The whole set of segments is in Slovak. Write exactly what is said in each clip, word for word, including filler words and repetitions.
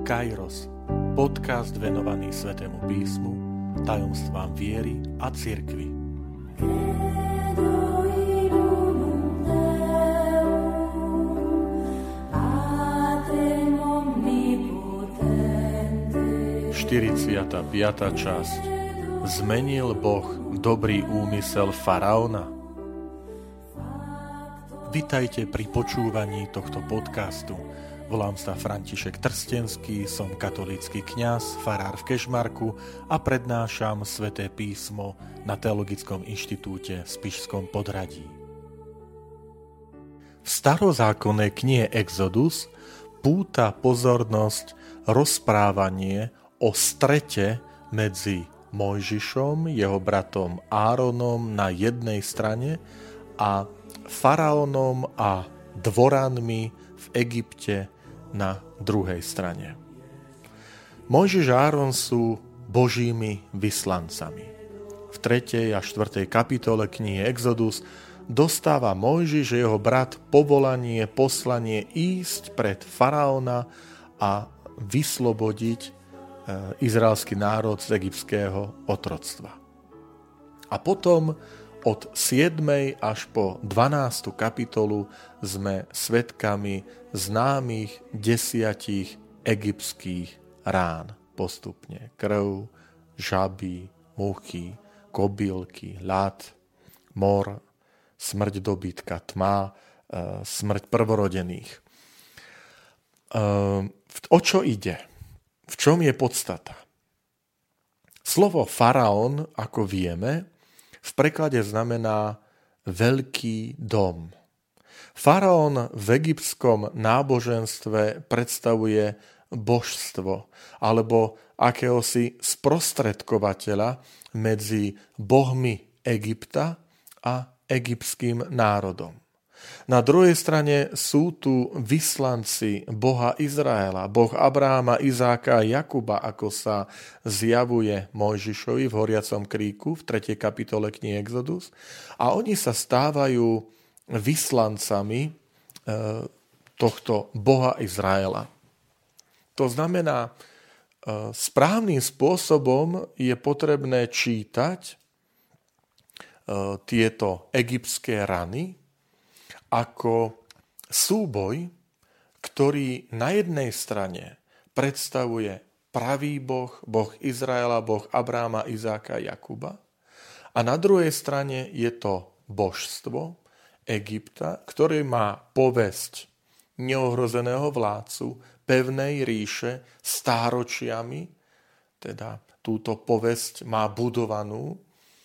Kairos, podcast venovaný Svätému písmu, tajomstvám viery a cirkvi. štyridsiata piata časť. Zmenil Boh dobrý úmysel faraóna? Vitajte pri počúvaní tohto podcastu. Volám sa František Trstenský, som katolícky kňaz, farár v Kežmarku a prednášam Sväté písmo na Teologickom inštitúte v Spišskom Podhradí. V starozákonnej knihe Exodus púta pozornosť rozprávanie o strete medzi Mojžišom, jeho bratom Áronom na jednej strane a faraónom a dvoranmi v Egypte na druhej strane. Mojžiš a Áron sú Božími vyslancami. V tretej a štvrtej kapitole knihy Exodus dostáva Mojžiš a jeho brat povolanie, poslanie ísť pred faraóna a vyslobodiť izraelský národ z egyptského otroctva. A potom od siedmej až po dvanástu kapitolu sme svedkami známych desiatich egyptských rán. Postupne krv, žaby, muchy, kobylky, ľad, mor, smrť dobytka, tma, smrť prvorodených. O čo ide? V čom je podstata? Slovo faraón, ako vieme, v preklade znamená veľký dom. Faraón v egyptskom náboženstve predstavuje božstvo alebo akéhosi sprostredkovateľa medzi bohmi Egypta a egyptským národom. Na druhej strane sú tu vyslanci Boha Izraela, Boh Abraháma, Izáka a Jakuba, ako sa zjavuje Mojžišovi v horiacom kríku v tretej kapitole knihy Exodus. A oni sa stávajú vyslancami tohto Boha Izraela. To znamená, správnym spôsobom je potrebné čítať tieto egyptské rany ako súboj, ktorý na jednej strane predstavuje pravý Boh, Boh Izraela, Boh Abraháma, Izáka a Jakuba, a na druhej strane je to božstvo Egypta, ktoré má povesť neohrozeného vládcu, pevnej ríše, stáročiami, teda túto povesť má budovanú.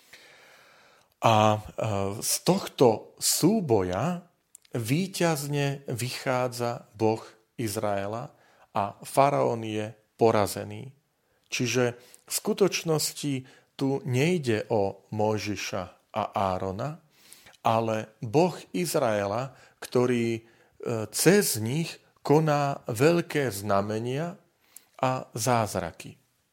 A z tohto súboja víťazne vychádza Boh Izraela a faraón je porazený. Čiže v skutočnosti tu nejde o Mojžiša a Árona, ale Boh Izraela, ktorý cez nich koná veľké znamenia a zázraky.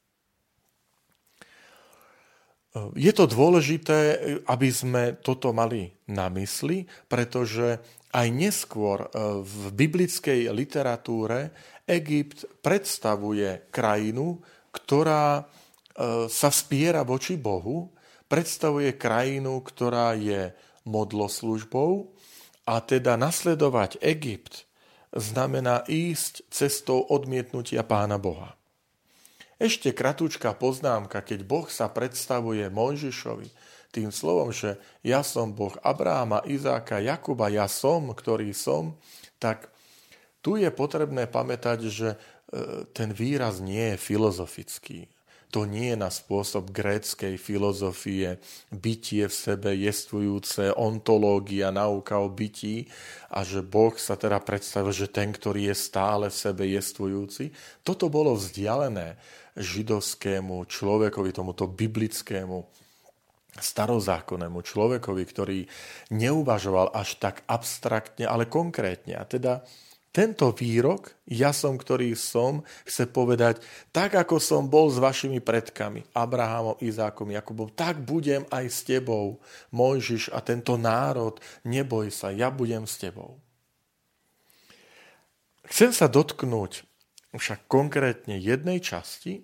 Je to dôležité, aby sme toto mali na mysli, pretože aj neskôr v biblickej literatúre Egypt predstavuje krajinu, ktorá sa vspiera voči Bohu, predstavuje krajinu, ktorá je modloslužbou, a teda nasledovať Egypt znamená ísť cestou odmietnutia Pána Boha. Ešte kratúčka poznámka, keď Boh sa predstavuje Mojžišovi tým slovom, že ja som Boh Abraháma, Izáka, Jakuba, ja som, ktorý som, tak tu je potrebné pamätať, že ten výraz nie je filozofický. To nie je na spôsob gréckej filozofie, bytie v sebe jestvujúce, ontológia, nauka o bytí, a že Boh sa teda predstavil, že ten, ktorý je stále v sebe jestvujúci. Toto bolo vzdialené židovskému človekovi, tomuto biblickému starozákonnému človekovi, ktorý neuvažoval až tak abstraktne, ale konkrétne. A teda tento výrok, ja som, ktorý som, chce povedať, tak ako som bol s vašimi predkami, Abrahamom, Izákom, Jakubom, tak budem aj s tebou, Mojžiš a tento národ, neboj sa, ja budem s tebou. Chcem sa dotknúť však konkrétne jednej časti,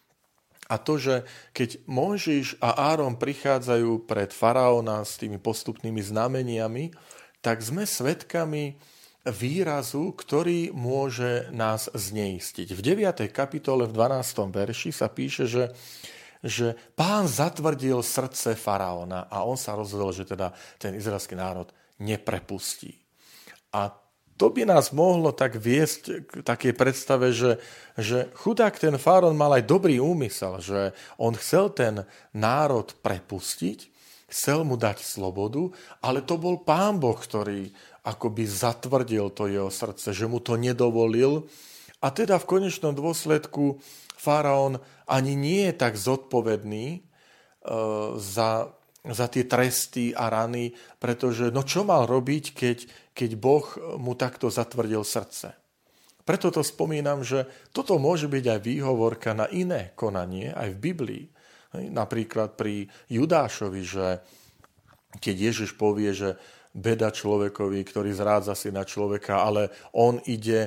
a to, že keď Mojžiš a Áron prichádzajú pred faraóna s tými postupnými znameniami, tak sme svedkami výrazu, ktorý môže nás zneistiť. V deviatej kapitole v dvanástom verši sa píše, že, že Pán zatvrdil srdce faraóna a on sa rozhodol, že teda ten izraelský národ neprepustí. A to by nás mohlo tak viesť k takej predstave, že, že chudák ten faraón mal aj dobrý úmysel, že on chcel ten národ prepustiť, chcel mu dať slobodu, ale to bol Pán Boh, ktorý akoby zatvrdil to jeho srdce, že mu to nedovolil. A teda v konečnom dôsledku faraón ani nie je tak zodpovedný uh, za, za tie tresty a rany, pretože no čo mal robiť, keď, keď Boh mu takto zatvrdil srdce. Preto to spomínam, že toto môže byť aj výhovorka na iné konanie, aj v Biblii. Napríklad pri Judášovi, že keď Ježiš povie, že beda človekovi, ktorý zrádza si na človeka, ale on ide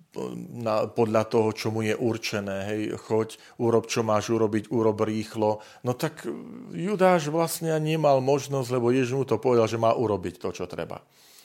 na, podľa toho, čo mu je určené. Hej, choď, urob, čo máš urobiť, urob rýchlo. No tak Judáš vlastne nemal možnosť, lebo Ježiš mu to povedal, že má urobiť to, čo treba.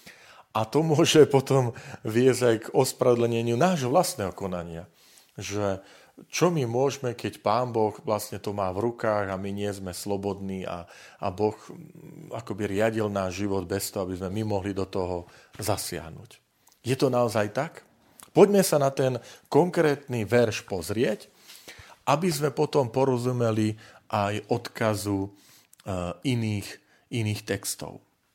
A to môže potom viesť aj k ospravedlneniu nášho vlastného konania. Že čo my môžeme, keď Pán Boh vlastne to má v rukách a my nie sme slobodní a, a Boh akoby riadil náš život bez toho, aby sme my mohli do toho zasiahnuť. Je to naozaj tak? Poďme sa na ten konkrétny verš pozrieť, aby sme potom porozumeli aj odkazu iných, iných textov.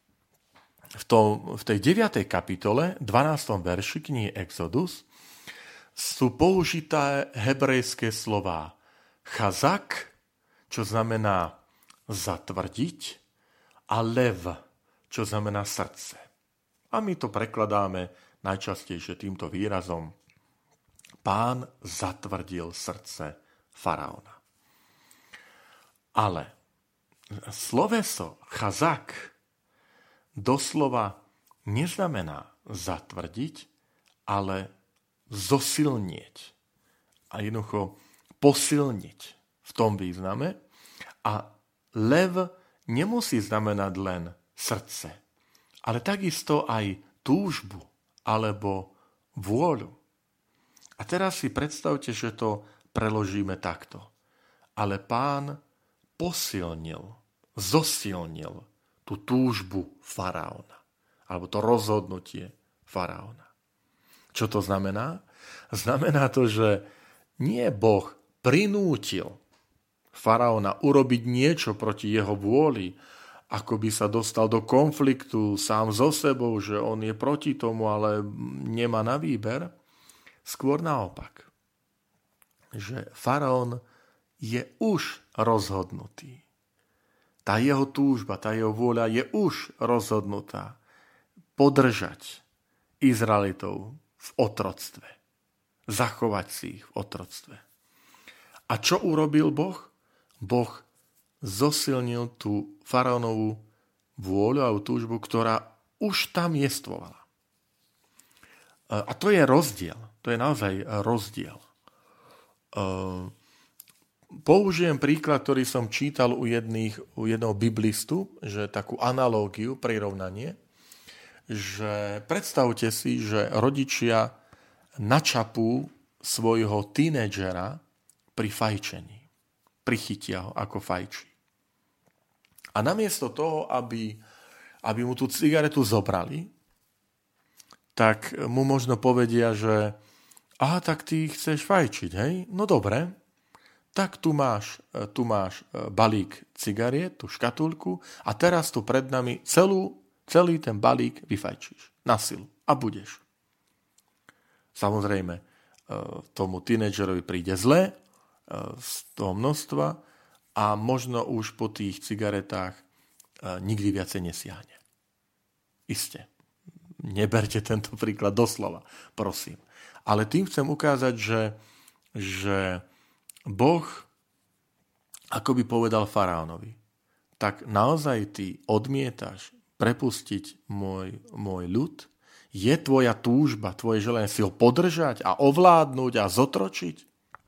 V, tom, v tej deviatej kapitole, dvanástom verši knihy Exodus, sú použité hebrejské slová chazak, čo znamená zatvrdiť, a lev, čo znamená srdce. A my to prekladáme najčastejšie týmto výrazom. Pán zatvrdil srdce faraóna. Ale sloveso chazak doslova neznamená zatvrdiť, ale zosilnieť a jednoducho posilniť v tom význame. A lev nemusí znamenať len srdce, ale takisto aj túžbu alebo vôľu. A teraz si predstavte, že to preložíme takto. Ale Pán posilnil, zosilnil tú túžbu faraóna alebo to rozhodnutie faraóna. Čo to znamená? Znamená to, že nie Boh prinútil faraóna urobiť niečo proti jeho vôli, ako by sa dostal do konfliktu sám so sebou, že on je proti tomu, ale nemá na výber. Skôr naopak. Že faraón je už rozhodnutý. Tá jeho túžba, tá jeho vôľa je už rozhodnutá podržať Izraelitov v otroctve. Zachovať si ich v otroctve. A čo urobil Boh? Boh zosilnil tú faraónovú vôľu a túžbu, ktorá už tam jestvovala. A to je rozdiel. To je naozaj rozdiel. Použijem príklad, ktorý som čítal u, jedných, u jedného biblistu, že takú analógiu, prirovnanie, že predstavte si, že rodičia načapú svojho tínedžera pri fajčení. Prichytia ho, ako fajčí. A namiesto toho, aby, aby mu tú cigaretu zobrali, tak mu možno povedia, že aha, tak ty chceš fajčiť, hej? No dobre, tak tu máš, tu máš balík cigariet, tú škatulku a teraz tu pred nami celú Celý ten balík vyfajčíš na silu a budeš. Samozrejme, tomu tínedžerovi príde zle z toho množstva a možno už po tých cigaretách nikdy viacej nesiahne. Isté. Neberte tento príklad doslova, prosím. Ale tým chcem ukázať, že, že Boh, ako by povedal faraónovi, tak naozaj ty odmietaš prepustiť môj, môj ľud, Je tvoja túžba, tvoje želanie si ho podržať a ovládnuť a zotročiť?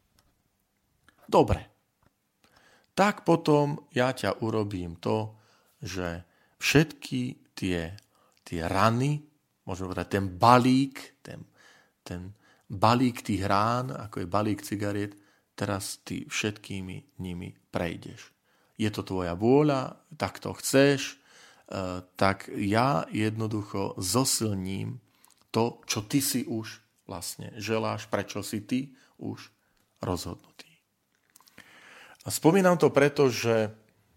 Dobre. Tak potom ja ťa urobím to, že všetky tie, tie rany, môžeme povedať ten balík, ten, ten balík tých rán, ako je balík cigariet, teraz ty všetkými nimi prejdeš. Je to tvoja vôľa, tak to chceš, tak ja jednoducho zosilním to, čo ty si už vlastne želáš, prečo si ty už rozhodnutý. A spomínam to preto, že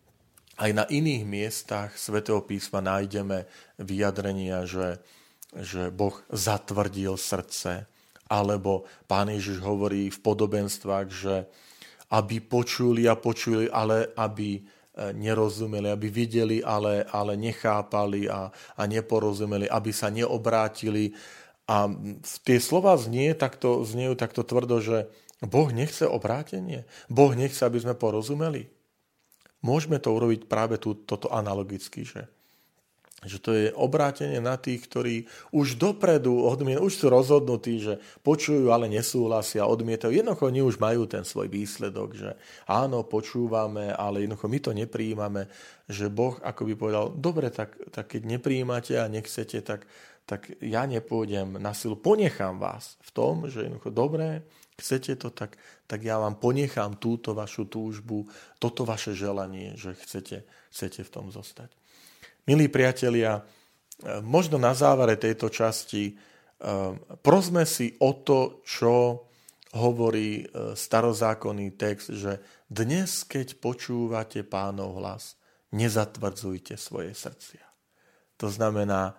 aj na iných miestach Svätého písma nájdeme vyjadrenia, že, že Boh zatvrdil srdce, alebo Pán Ježiš hovorí v podobenstvách, že aby počuli a počuli, ale aby nerozumeli, aby videli, ale, ale nechápali a, a neporozumeli, aby sa neobrátili. A tie slova znie takto, zniejú takto tvrdo, že Boh nechce obrátenie. Boh nechce, aby sme porozumeli. Môžeme to urobiť práve tú, toto analogicky, že, že to je obrátenie na tých, ktorí už dopredu odmietajú, už sú rozhodnutí, že počujú, ale nesúhlasia, odmietajú. Jednoducho oni už majú ten svoj výsledok, že áno, počúvame, ale jednoducho my to nepríjmame, že Boh ako by povedal, dobre, tak, tak keď nepríjmate a nechcete, tak, tak ja nepôjdem na silu, ponechám vás v tom, že jednoducho dobre, chcete to, tak, tak ja vám ponechám túto vašu túžbu, toto vaše želanie, že chcete, chcete v tom zostať. Milí priatelia, možno na závere tejto časti prosme si o to, čo hovorí starozákonný text, že dnes, keď počúvate Pánov hlas, nezatvrdzujte svoje srdcia. To znamená,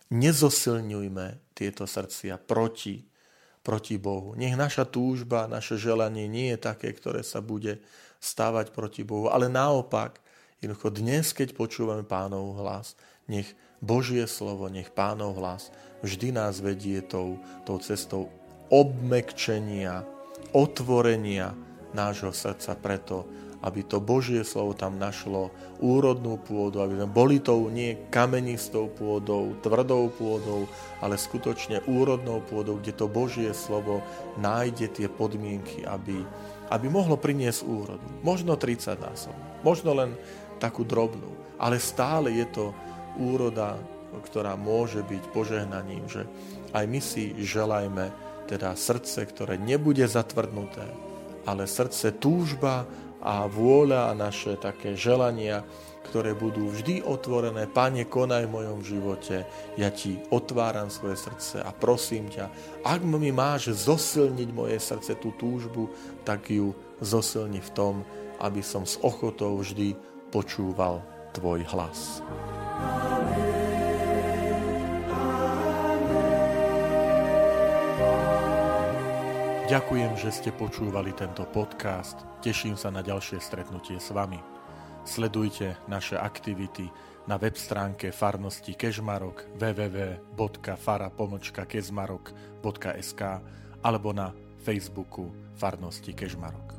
nezosilňujme tieto srdcia proti proti Bohu. Nech naša túžba, naše želanie nie je také, ktoré sa bude stávať proti Bohu, ale naopak, jednoducho dnes, keď počúvame Pánov hlas, nech Božie slovo, nech Pánov hlas vždy nás vedie tou, tou cestou obmekčenia, otvorenia nášho srdca preto, aby to Božie slovo tam našlo úrodnú pôdu, aby sme boli tou nie kamenistou pôdou, tvrdou pôdou, ale skutočne úrodnou pôdou, kde to Božie slovo nájde tie podmienky, aby, aby mohlo priniesť úrodu. Možno tridsaťnásobnú, možno len takú drobnú, ale stále je to úroda, ktorá môže byť požehnaním, že aj my si želajme teda srdce, ktoré nebude zatvrdnuté, ale srdce túžba a vôľa a naše také želania, ktoré budú vždy otvorené. Pane, konaj v mojom živote, ja ti otváram svoje srdce a prosím ťa, ak mi máš zosilniť moje srdce, tú túžbu, tak ju zosilni v tom, aby som s ochotou vždy počúval tvoj hlas. Ďakujem, že ste počúvali tento podcast. Teším sa na ďalšie stretnutie s vami. Sledujte naše aktivity na web stránke farnosti Kežmarok w w w bodka fara pomlčka kezmarok bodka es ká alebo na Facebooku farnosti Kežmarok.